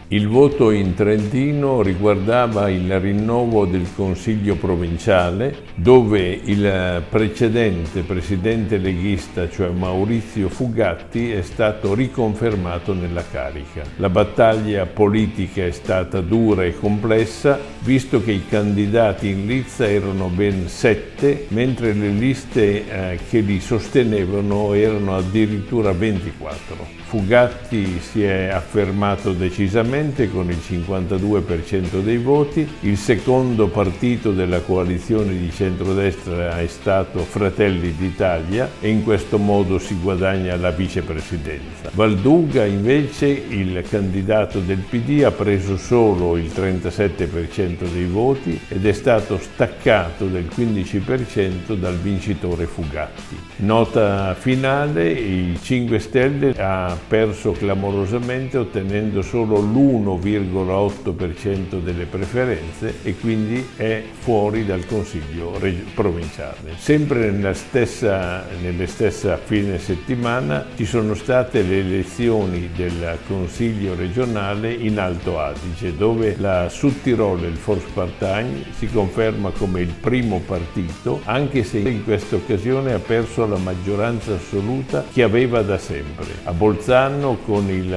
Il voto in Trentino riguardava il rinnovo del Consiglio provinciale, dove il precedente presidente leghista, cioè Maurizio Fugatti, è stato riconfermato nella carica. La battaglia politica è stata dura e complessa, visto che i candidati in lizza erano ben 7, mentre le liste che li sostenevano erano addirittura 24. Fugatti si è affermato decisamente con il 52% dei voti, il secondo partito della coalizione di centrodestra è stato Fratelli d'Italia e in questo modo si guadagna la vicepresidenza. Valduga invece, il candidato del PD, ha preso solo il 37% dei voti ed è stato staccato del 15% dal vincitore Fugatti. Nota finale: i 5 Stelle ha perso clamorosamente, ottenendo solo l'1,8% delle preferenze e quindi è fuori dal Consiglio provinciale. Sempre nelle stesse fine settimana ci sono state le elezioni del Consiglio regionale in Alto Adige, dove la Südtiroler Volkspartei si conferma come il primo partito, anche se in questa occasione ha perso la maggioranza assoluta che aveva da sempre. A Bolzano, con il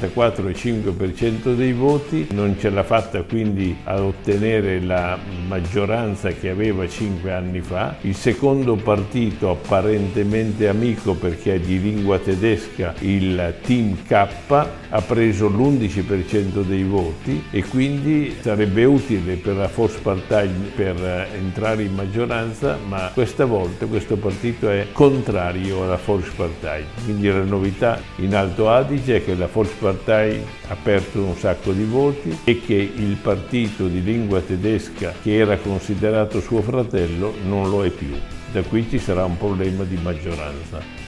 34,5% dei voti, non ce l'ha fatta quindi a ottenere la maggioranza che aveva 5 anni fa. Il secondo partito, apparentemente amico perché è di lingua tedesca, il Team K, ha preso l'11% dei voti e quindi sarebbe utile per la Volkspartei per entrare in maggioranza, ma questa volta questo partito è contrario alla Volkspartei. Quindi la novità in Alto Adige è che la Volkspartei ha perso un sacco di voti e che il partito di lingua tedesca, che era considerato suo fratello, non lo è più. Da qui ci sarà un problema di maggioranza.